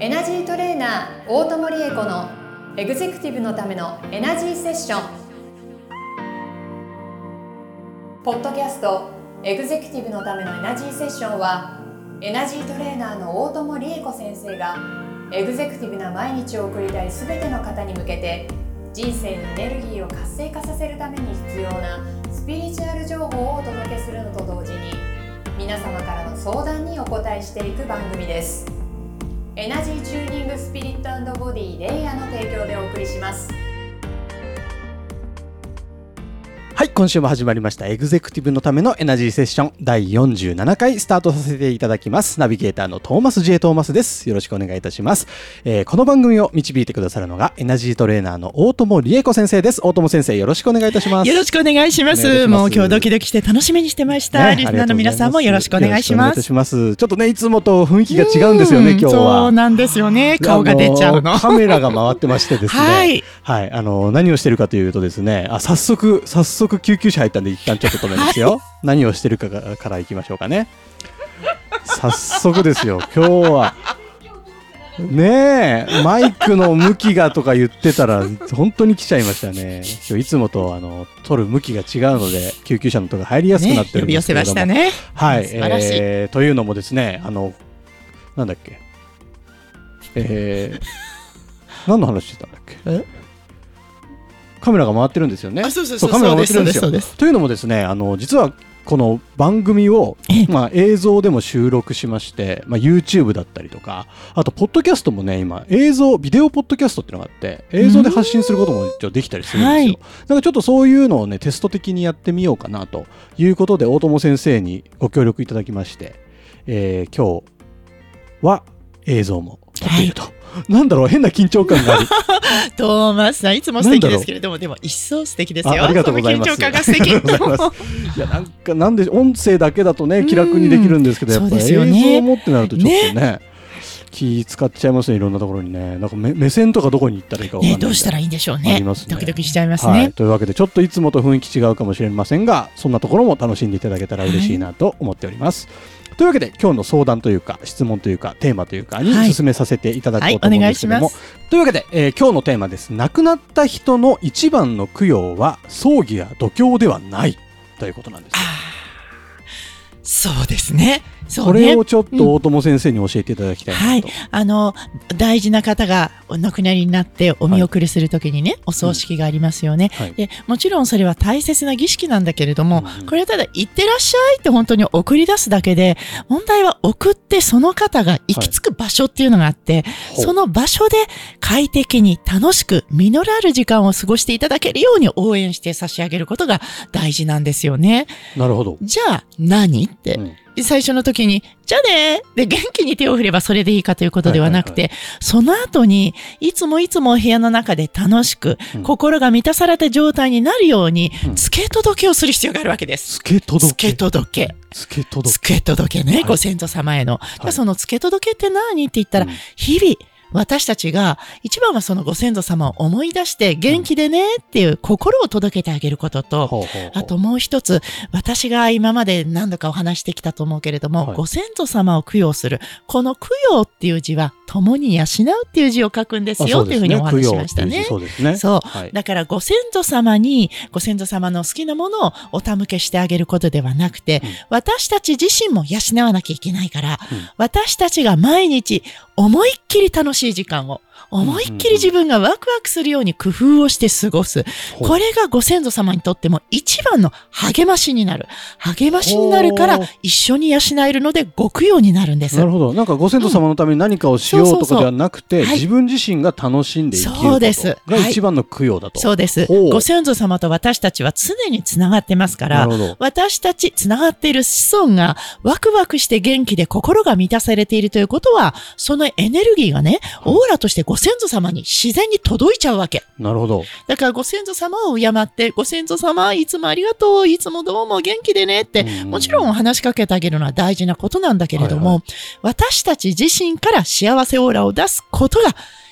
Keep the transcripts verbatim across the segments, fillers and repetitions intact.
エナジートレーナー大友理恵子のエグゼクティブのためのエナジーセッション。ポッドキャストエグゼクティブのためのエナジーセッションは、エナジートレーナーの大友理恵子先生がエグゼクティブな毎日を送りたいすべての方に向けて、人生のエネルギーを活性化させるために必要なスピリチュアル情報をお届けするのと同時に、皆様からの相談にお答えしていく番組です。エナジーチューニングスピリット&ボディレイヤーの提供でお送りします。 はい、今週も始まりましたエグゼクティブのためのエナジーセッションだいよんじゅうななかいスタートさせていただきます。ナビゲーターのトーマス J トーマスです。よろしくお願いいたします。えー、この番組を導いてくださるのがエナジートレーナーの大友理恵子先生です。大友先生、よろしくお願いいたします。 よろしくお願いします。もう今日ドキドキして楽しみにしてました、ね、リスナーの皆さんもよろしくお願いします。 よろしくお願いいたします。ちょっとね、いつもと雰囲気が違うんですよね、今日は。 そうなんですよね。顔が出ちゃうの。 カメラが回ってましてですね。 はい。はい。 あの、何をしてるかというとですね、あ、早速、早速救急車入ったんで、一旦ちょっと止めますよ。はい、何をしてるかからいきましょうかね。早速ですよ、今日は。ねえ、マイクの向きがとか言ってたら本当に来ちゃいましたね。今日いつもとあの撮る向きが違うので救急車の音が入りやすくなってるんですけれども、ね、呼び寄せましたね。はい、素晴らしい、えー、というのもですね、あのなんだっけ、えー、何の話してたんだっけ。えカメラが回ってるんですよね。 あ、そうそうそう、 カメラが回ってるんですよ。そうです。というのもですね、あの実はこの番組を、まあ、映像でも収録しまして、まあ、YouTube だったりとか、あとポッドキャストもね、今映像ビデオポッドキャストっていうのがあって、映像で発信することも一応できたりするんですよ。はい、だからちょっとそういうのをねテスト的にやってみようかなということで、大友先生にご協力いただきまして、えー、今日は映像も撮っていると。はい、なんだろう、変な緊張感がある。 トーマスさん、いつも素敵ですけれども、でも一層素敵ですよ。 あ, ありがとうございます。 緊張感が素敵。いや、なんかなんで音声だけだとね気楽にできるんですけど、やっぱり映像を持ってなるとちょっと ね, ね気使っちゃいますね、いろんなところにね。なんか 目, 目線とかどこに行ったらいいか分かんない、ね、 どうしたらいいんでしょうね。ありますね。ドキドキしちゃいますね。 はい、というわけでちょっといつもと雰囲気違うかもしれませんが、そんなところも楽しんでいただけたら嬉しいなと思っております。はい、というわけで今日の相談というか質問というかテーマというかに進めさせていただこうと思うんですけども、はいはい、というわけで、えー、今日のテーマです。亡くなった人の一番の供養は葬儀や度胸ではないということなんです。 そうですね。そうね、 これをちょっと大友先生に教えていただきたいなと、うん、はい、 あの大事な方がお亡くなりになってお見送りするときにね、はい、お葬式がありますよね、うん、はい、でもちろんそれは大切な儀式なんだけれども、うん、これはただ行ってらっしゃいって本当に送り出すだけで、問題は送ってその方が行き着く場所っていうのがあって、はい、その場所で快適に楽しく実りある時間を過ごしていただけるように応援して差し上げることが大事なんですよね。 なるほど。 じゃあ何って、うん、最初の時にじゃあねで元気に手を振ればそれでいいかということではなくて、はいはいはい、その後にいつもいつも部屋の中で楽しく、うん、心が満たされた状態になるように、うん、付け届けをする必要があるわけです。 付け届け付け届け付け届け付け届けね、はい、ご先祖様への、はい、その付け届けって何って言ったら、うん、日々私たちが一番はそのご先祖様を思い出して元気でねっていう心を届けてあげることと、うん、あともう一つ、私が今まで何度かお話してきたと思うけれども、はい、ご先祖様を供養する、この供養っていう字は共に養うっていう字を書くんですよというふうにお話ししましたね。 そうですね。 そう、 はい、 だからご先祖様にご先祖様の好きなものをお手向けしてあげることではなくて、うん、私たち自身も養わなきゃいけないから、うん、私たちが毎日思いっきり楽しい時間を思いっきり自分がワクワクするように工夫をして過ごす。これがご先祖様にとっても一番の励ましになる。励ましになるから一緒に養えるのでご供養になるんです。 なるほど。なんかご先祖様のために何かをしようとかではなくて、自分自身が楽しんで生きることが一番の供養だと。 そうです。ご先祖様と私たちは常につながってますから、私たちつながっている子孫がワクワクして元気で心が満たされているということは、そのエネルギーがね、オーラとしてご先祖様に自然に届いちゃうわけ。 なるほど。 だからご先祖様を敬って、ご先祖様いつもありがとう、いつもどうも元気でねって、もちろん話しかけてあげるのは大事なことなんだけれども、はいはい、私たち自身から幸せオーラを出すことが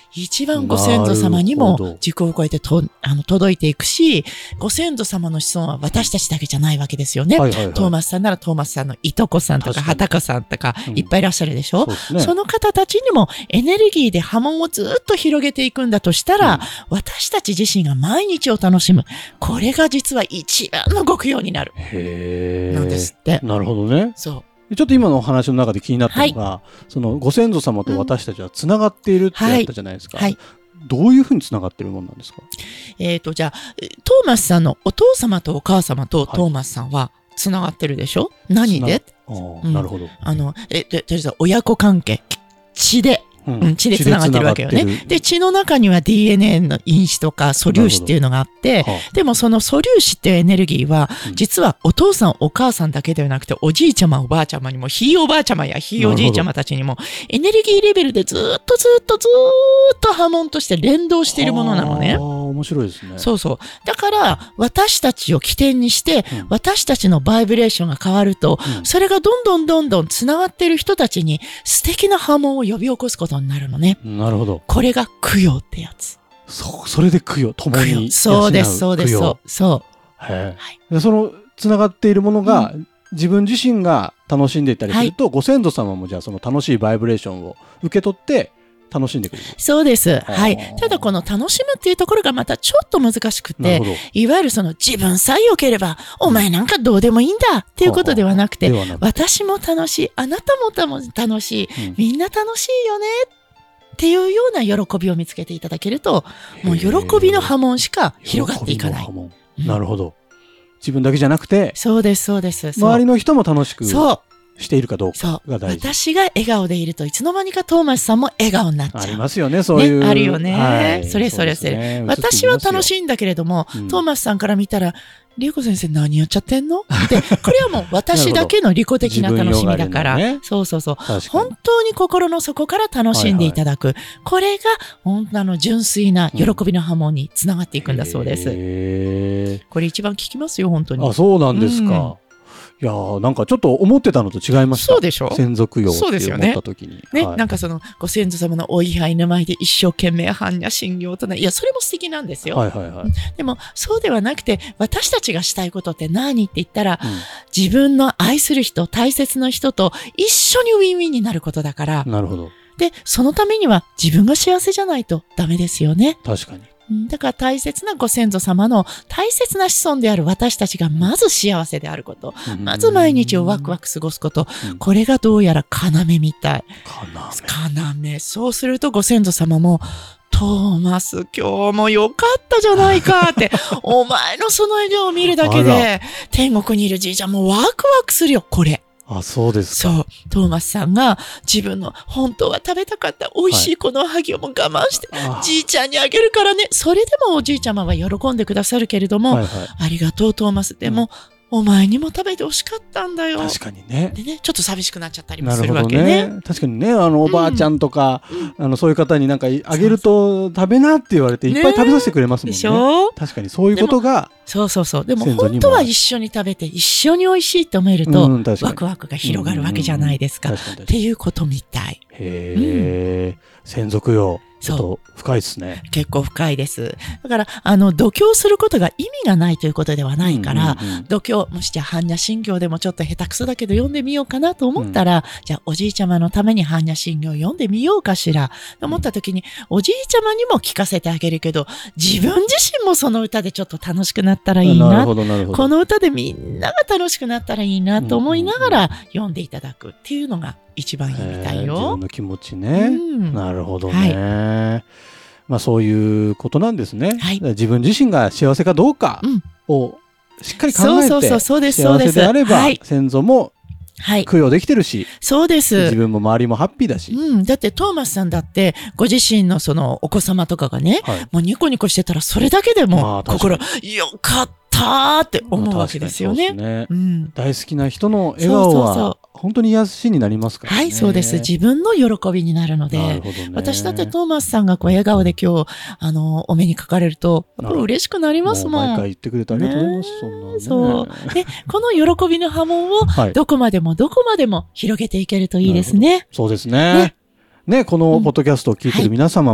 一番ご先祖様にもなるほど時空を超えてとあの届いていくし、ご先祖様の子孫は私たちだけじゃないわけですよね。 はいはいはい、 トーマスさんならトーマスさんのいとこさんとか確かに畑さんとかうんいっぱいいらっしゃるでしょ、 そうですね。 その方たちにもエネルギーで波紋をずっと広げていくんだとしたら、 うん私たち自身が毎日を楽しむ。これが実は一番の極用になる。 へなんですって。 なるほどね。 そう。 ちょっと今のお話の中で気になったのが、そのご先祖様と私たちはつながっているってやったじゃないですか。 はい。 どういうふうにつながってるもんなんですか？ えっと、じゃあ、トーマスさんのお父様とお母様とトーマスさんはつながってるでしょ？何で？ あーうんなるほど。 あの、え、で、とりあえず親子関係、血で、 ううん、血でつながってるわけよね。 血でつながってるで、血の中には ディーエヌエー の因子とか素粒子っていうのがあって、 はでもその素粒子っていうエネルギーは、 うん実はお父さんお母さんだけではなくて、おじいちゃまおばあちゃまにも、ひいおばあちゃまやひいおじいちゃまたちにも、エネルギーレベルでずーっとずーっとずーっと波紋として連動しているものなのねあ。あ、面白いですね。 そうそう。だから、私たちを起点にして、 うん私たちのバイブレーションが変わると、 うんそれがどんどんどんどん繋がっている人たちに素敵な波紋を呼び起こすことになるのね。 なるほど。 これが供養ってやつ。 そう、それで供養、共供に養養。そうです、そうです、 供養そう。そへえはいでそのつながっているものが、自分自身が楽しんでいたりすると、ご先祖様もじゃあその楽しいバイブレーションを受け取って楽しんでくれる。 う。そうです。 あーはい。ただこの楽しむっていうところがまたちょっと難しくてなるほ、ど。 いわゆるその自分さえ良ければ、お前なんかどうでもいいんだっていうことではなくて、 ではなく、 私も楽しい、あなたもたも楽しい、 うんみんな楽しいよねっていうような喜びを見つけていただけると、もう喜びの波紋しか広がっていかない喜。びの波紋うんなるほど。自分だけじゃなくて、 そうです、そうです。そう周りの人も楽しくそう、 しているかどうそう。 かが大事。 私が笑顔でいるといつの間にかトーマスさんも笑顔になっちゃう。 ありますよね、そういう。 ねあるよねはいそれそれそれうですね私は楽い。 しいんだけれども、 うんトーマスさんから見たら、リエコ先生何やっちゃってんのって、これはもう私だけの利己的な楽しみだから、 自分よがりのねそうそうそう。 確かに本当に心の底から楽しんでいただく。これが、本当あの、純粋な喜びの波紋につながっていくんだそうです。 へこれ一番聞きますよ、本当ーに。 あ、そうなんですか。いやーなんかちょっと思ってたのと違いました。 そうでしょ先祖供養ってそうですよね思った時に。 ね、 はいなんかその、ご先祖様のお位牌の前で一生懸命般若心経とな、いや、それも素敵なんですよ。 はいはいはい。 でも、そうではなくて、私たちがしたいことって何って言ったら、 うん自分の愛する人、大切な人と一緒にウィンウィンになることだから、 なるほど。 で、そのためには自分が幸せじゃないとダメですよね。 確かに。 うんだから大切なご先祖様の大切な子孫である私たちがまず幸せであること、まず毎日をワクワク過ごすこと、 うんこれがどうやら要みたい。 かなめ。 要。そうするとご先祖様も、トーマス、今日もよかったじゃないかって、お前のその笑顔を見るだけあで、天国にいるじいちゃんもワクワクするよ、これ。 あ、そうですか。 そう。トーマスさんが自分の本当は食べたかった美味しいこのおはぎをもう我慢して、 あじいちゃんにあげるからね。それでもおじいちゃまは喜んでくださるけれども、 はいはい。 ありがとうトーマス。でも、お前にも食べてほしかったんだよ。 確かにね。 でね、ちょっと寂しくなっちゃったりもなるほどするわけね。 ね。確かにね、あの、おばあちゃんとか、あの、そういう方になんかあげると食べなって言われていっぱい食べさせてくれますもんね。 でしょ？ 確かにそういうことが、 そうそうそう。でも先祖にも本当は一緒に食べて一緒に美味しいって思えると、 うん確かにワクワクが広がるわけじゃないですか。っ確かに確かに。 ていうことみたい。 へえ、先祖供養。ちょっと深いですね。 結構深いです。だから、あの、度胸することが意味がないということではないから、 うんうんうん度胸、もしじゃあ般若心経でもちょっと下手くそだけど読んでみようかなと思ったら、じゃあおじいちゃまのために般若心経を読んでみようかしらと思った時に、おじいちゃまにも聞かせてあげるけど、自分自身もその歌でちょっと楽しくなったらいいな。 なるほど、なるほど。 この歌でみんなが楽しくなったらいいなと思いながら読んでいただくっていうのが一番いいみたいへー自よ分。の気持ちね。 うんなるほどね。まあそういうことなんですね。 はい自分自身が幸せかどうかうんをしっかり考そうえてそうそう、そうです、そう幸です。 せであればはい。 先祖もはい。 供養できてるし、 そうです。 自分も周りもハッピーだし。 うん。だってトーマスさんだって、ご自身のそのお子様とかがね、 はい。 もうニコニコしてたらそれだけでまもあ確かに心、よかったーって思うわけですよね。 まあ確かにそうですねうん。 大好きな人の笑顔そうそうそは本当に癒しになりますからね。 はい、そうです。自分の喜びになるのなるで、 ほどね。 私だってトーマスさんがこう笑顔で今日、あの、お目にかかれると、やっぱり嬉しくなりますもん。 もう毎回言ってくれてありがとうございます。そんなね。 そう。で、この喜びの波紋をはい。 どこまでもどこまでも広げていけるといいですね。 そうですね。ね、このポッドキャストを聞いてる皆様も、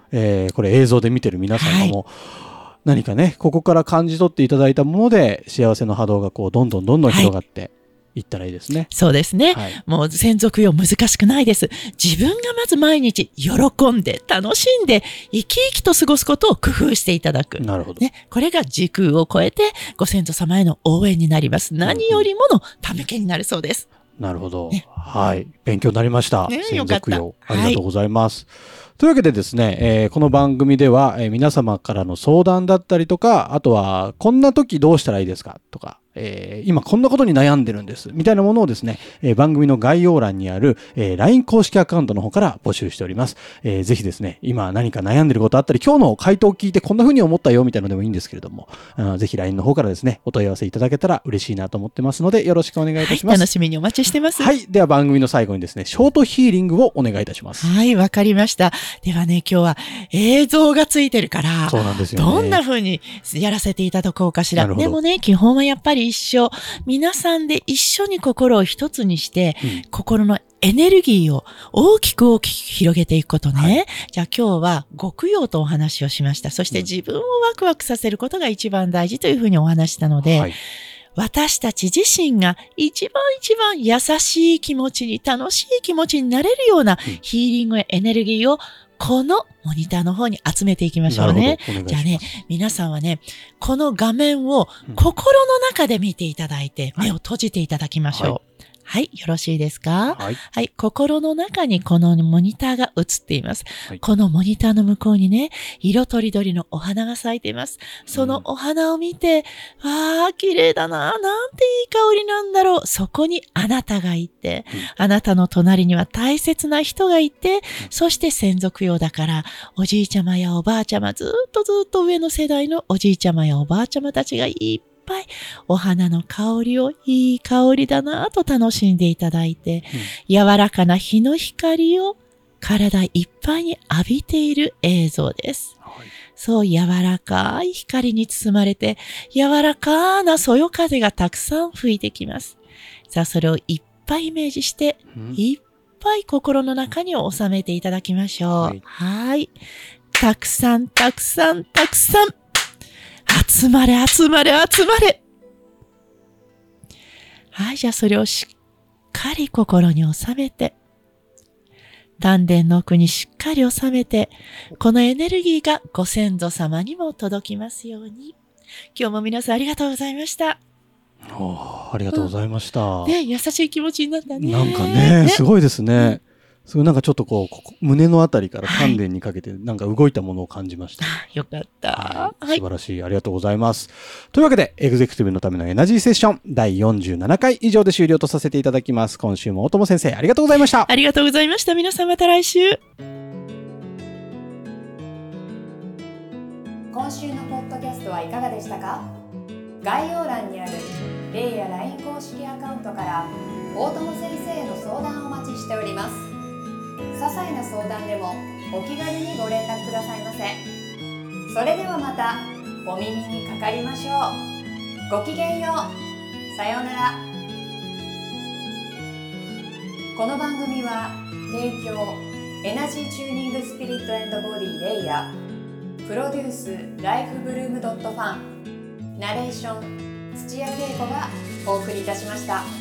えー、これ映像で見てる皆さんも、はい、何かねここから感じ取っていただいたもので幸せの波動がこうどんどんどんどん広がっていったらいいですね。 そうですね、はい、もう専属用難しくないです。自分がまず毎日喜んで楽しんで生き生きと過ごすことを工夫していただく。 なるほど、 ね、これが時空を超えてご先祖様への応援になります。何よりものためけになるそうです。 なるほど、ね、はい、勉強になりました、 ね、 専属用ありがとうございます、 はい、 というわけでですね、えー、この番組では、えー、皆様からの相談だったりとか、あとはこんな時どうしたらいいですかとか、えー、今こんなことに悩んでるんですみたいなものをですね、えー、番組の概要欄にある、えー、ライン 公式アカウントの方から募集しております、えー、ぜひですね今何か悩んでることあったり今日の回答を聞いてこんな風に思ったよみたいなのでもいいんですけれども、あぜひ ライン の方からですねお問い合わせいただけたら嬉しいなと思ってますのでよろしくお願いいたします、 はい、楽しみにお待ちしてます。 はい、では番組の最後にですねショートヒーリングをお願いいたします。 はい、わかりました。ではね今日は映像がついてるからそうなんですよね、 どんな風にやらせていただこうかしら。でもね基本はやっぱり一緒、皆さんで一緒に心を一つにして、うん、心のエネルギーを大きく大きく広げていくことね、はい、じゃあ今日は極陽とお話をしました。そして自分をワクワクさせることが一番大事というふうにお話したので、はい、私たち自身が一番一番優しい気持ちに楽しい気持ちになれるようなヒーリングやエネルギーをこのモニターの方に集めていきましょうね。じゃあね、皆さんはね、この画面を心の中で見ていただいて、うん、目を閉じていただきましょう。はいはい、よろしいですか？はい。はい、心の中にこのモニターが映っています。はい、このモニターの向こうにね、色とりどりのお花が咲いています。そのお花を見て、うん、わー、綺麗だな、なんていい香りなんだろう。そこにあなたがいて、うん、あなたの隣には大切な人がいて、うん、そして専属用だから、おじいちゃまやおばあちゃま、ずっとずっと上の世代のおじいちゃまやおばあちゃまたちがいっぱいお花の香りをいい香りだなぁと楽しんでいただいて、うん、柔らかな日の光を体いっぱいに浴びている映像です、はい、そう柔らかい光に包まれて柔らかなそよ風がたくさん吹いてきます。さあそれをいっぱいイメージして、うん、いっぱい心の中に収めていただきましょう。はい、はい。たくさんたくさんたくさん集まれ集まれ集まれ。はい、じゃあそれをしっかり心に収めて、丹田の奥にしっかり収めて、このエネルギーがご先祖様にも届きますように。今日も皆さんありがとうございました。 ありがとうございました、 うん、ね、優しい気持ちになったね。 なんかね、ねすごいですね。うんすごいなんかちょっとこうここ胸のあたりから丹田にかけてなんか動いたものを感じました。 はい、よかった、 はい、素晴らしい、ありがとうございます。というわけでエグゼクティブのためのエナジーセッションだいよんじゅうななかい以上で終了とさせていただきます。今週も大友先生ありがとうございました。 ありがとうございました。皆さんまた来週。 今週のポッドキャストはいかがでしたか？概要欄にあるレイや ライン 公式アカウントから大友先生への相談をお待ちしております。些細な相談でもお気軽にご連絡くださいませ。それではまたお耳にかかりましょう。ごきげんよう。さようなら。この番組は提供エナジーチューニングスピリット&ボディレイヤー、プロデュースライフブルームドットファン、ナレーション土屋恵子がお送りいたしました。